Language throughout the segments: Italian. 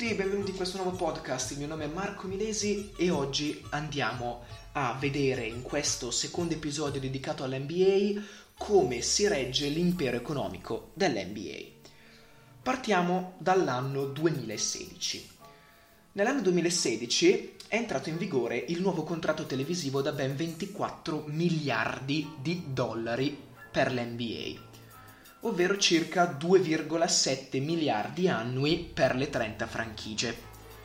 tutti, benvenuti in questo nuovo podcast. Il mio nome è Marco Milesi e oggi andiamo a vedere in questo secondo episodio dedicato all'NBA come si regge l'impero economico dell'NBA. Partiamo dall'anno 2016. Nell'anno 2016 è entrato in vigore il nuovo contratto televisivo da ben 24 miliardi di dollari per l'NBA, ovvero circa 2,7 miliardi annui per le 30 franchigie.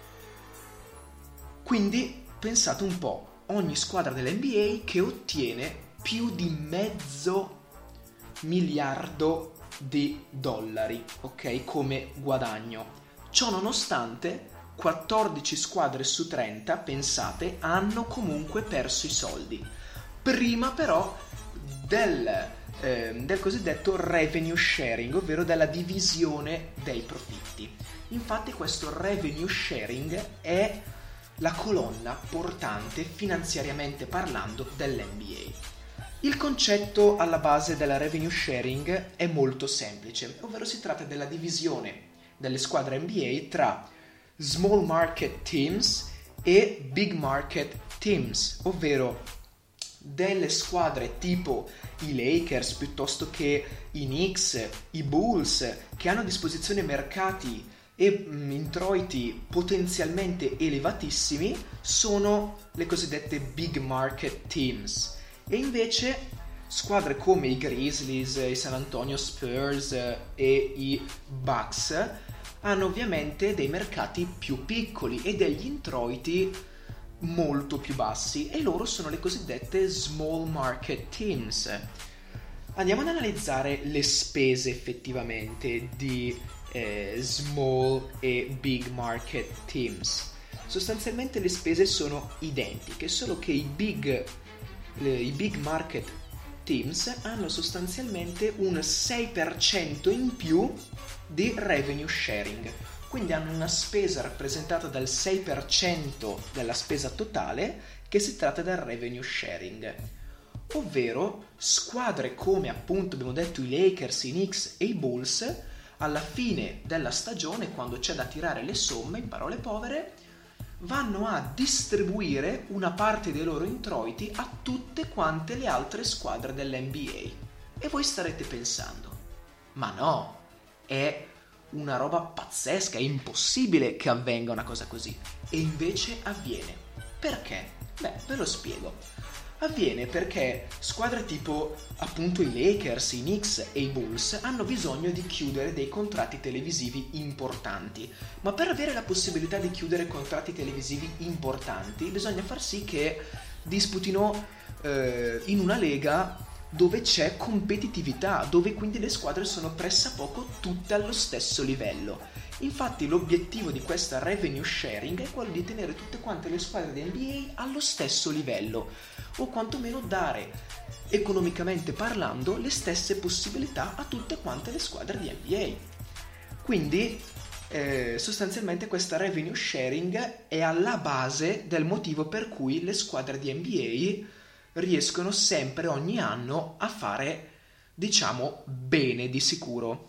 Quindi pensate un po', ogni squadra dell'NBA che ottiene più di $500 miliardi di dollari, ok, come guadagno. Ciò nonostante, 14 squadre su 30, pensate, hanno comunque perso i soldi. Prima però del cosiddetto revenue sharing, ovvero della divisione dei profitti. Infatti questo revenue sharing è la colonna portante finanziariamente parlando dell'NBA. Il concetto alla base della revenue sharing è molto semplice, ovvero si tratta della divisione delle squadre NBA tra small market teams e big market teams, ovvero delle squadre tipo i Lakers piuttosto che i Knicks, i Bulls, che hanno a disposizione mercati e introiti potenzialmente elevatissimi, sono le cosiddette big market teams. E invece squadre come i Grizzlies, i San Antonio Spurs e i Bucks hanno ovviamente dei mercati più piccoli e degli introiti molto più bassi, e loro sono le cosiddette small market teams. Andiamo ad analizzare le spese effettivamente di small e big market teams. Sostanzialmente le spese sono identiche, solo che i big market teams hanno sostanzialmente un 6% in più di revenue sharing. Quindi hanno una spesa rappresentata dal 6% della spesa totale, che si tratta del revenue sharing. Ovvero squadre come appunto abbiamo detto i Lakers, i Knicks e i Bulls, alla fine della stagione, quando c'è da tirare le somme, in parole povere, vanno a distribuire una parte dei loro introiti a tutte quante le altre squadre dell'NBA. E voi starete pensando, ma no, è una roba pazzesca, è impossibile che avvenga una cosa così. E invece avviene. Perché? Beh, ve lo spiego. Avviene perché squadre tipo appunto i Lakers, i Knicks e i Bulls hanno bisogno di chiudere dei contratti televisivi importanti. Ma per avere la possibilità di chiudere contratti televisivi importanti bisogna far sì che disputino in una lega dove c'è competitività, dove quindi le squadre sono pressappoco tutte allo stesso livello. Infatti l'obiettivo di questa revenue sharing è quello di tenere tutte quante le squadre di NBA allo stesso livello, o quantomeno dare, economicamente parlando, le stesse possibilità a tutte quante le squadre di NBA. Quindi sostanzialmente questa revenue sharing è alla base del motivo per cui le squadre di NBA riescono sempre ogni anno a fare, diciamo, bene di sicuro.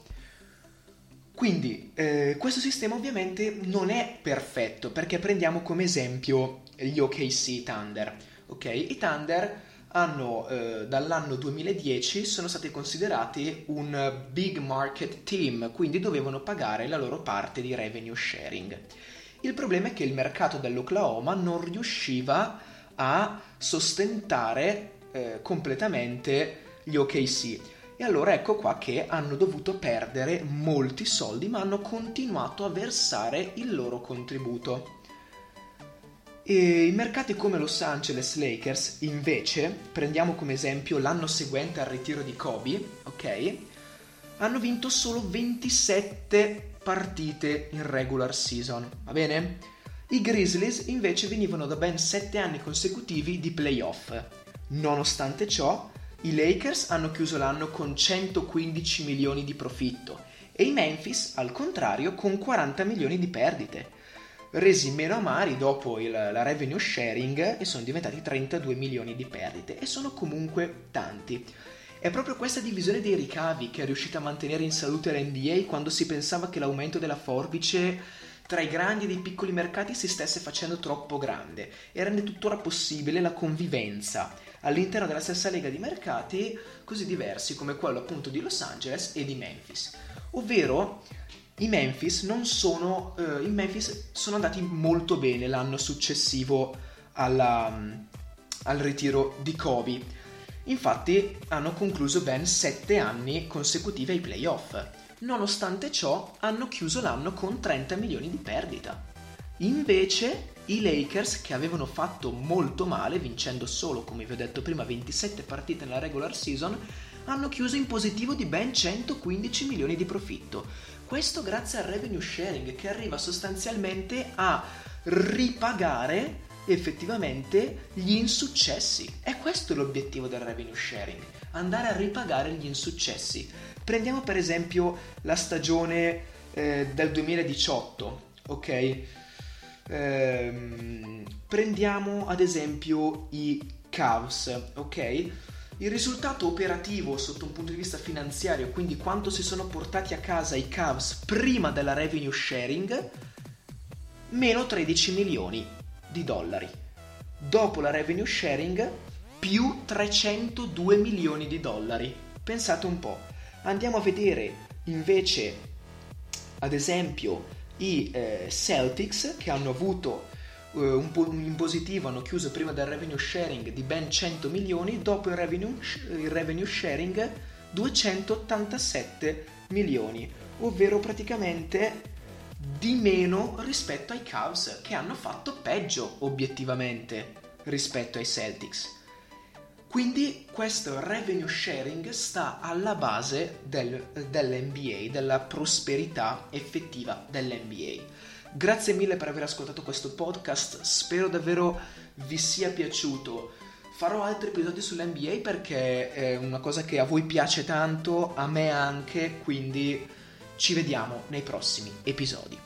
Quindi questo sistema ovviamente non è perfetto, perché prendiamo come esempio gli OKC Thunder. Ok, i Thunder hanno dall'anno 2010 sono stati considerati un big market team, quindi dovevano pagare la loro parte di revenue sharing. Il problema è che il mercato dell'Oklahoma non riusciva a sostentare completamente gli OKC, e allora ecco qua che hanno dovuto perdere molti soldi, ma hanno continuato a versare il loro contributo. E i mercati come Los Angeles Lakers invece, prendiamo come esempio l'anno seguente al ritiro di Kobe, ok, hanno vinto solo 27 partite in regular season, va bene? I Grizzlies invece venivano da ben 7 anni consecutivi di playoff. Nonostante ciò, i Lakers hanno chiuso l'anno con 115 milioni di profitto e i Memphis, al contrario, con 40 milioni di perdite, resi meno amari dopo la revenue sharing, e sono diventati 32 milioni di perdite, e sono comunque tanti. È proprio questa divisione dei ricavi che è riuscita a mantenere in salute l'NBA quando si pensava che l'aumento della forbice tra i grandi e dei piccoli mercati si stesse facendo troppo grande e rende tuttora possibile la convivenza all'interno della stessa lega di mercati così diversi come quello appunto di Los Angeles e di Memphis. Ovvero in Memphis sono andati molto bene l'anno successivo al ritiro di Kobe. Infatti hanno concluso ben 7 anni consecutivi ai playoff. Nonostante ciò hanno chiuso l'anno con 30 milioni di perdita. Invece i Lakers, che avevano fatto molto male vincendo solo, come vi ho detto prima, 27 partite nella regular season, hanno chiuso in positivo di ben 115 milioni di profitto. Questo grazie al revenue sharing, che arriva sostanzialmente a ripagare effettivamente gli insuccessi. E questo è l'obiettivo del revenue sharing, andare a ripagare gli insuccessi. Prendiamo per esempio la stagione del 2018, ok? Prendiamo ad esempio i Cavs, ok? Il risultato operativo sotto un punto di vista finanziario, quindi quanto si sono portati a casa i Cavs prima della revenue sharing, meno 13 milioni di dollari. Dopo la revenue sharing, più 302 milioni di dollari. Pensate un po'. Andiamo a vedere invece, ad esempio, i Celtics, che hanno avuto in positivo, hanno chiuso prima del revenue sharing di ben 100 milioni, dopo il revenue sharing 287 milioni, ovvero praticamente di meno rispetto ai Cavs, che hanno fatto peggio obiettivamente rispetto ai Celtics. Quindi questo revenue sharing sta alla base dell'NBA, della prosperità effettiva dell'NBA. Grazie mille per aver ascoltato questo podcast, spero davvero vi sia piaciuto. Farò altri episodi sull'NBA perché è una cosa che a voi piace tanto, a me anche, quindi ci vediamo nei prossimi episodi.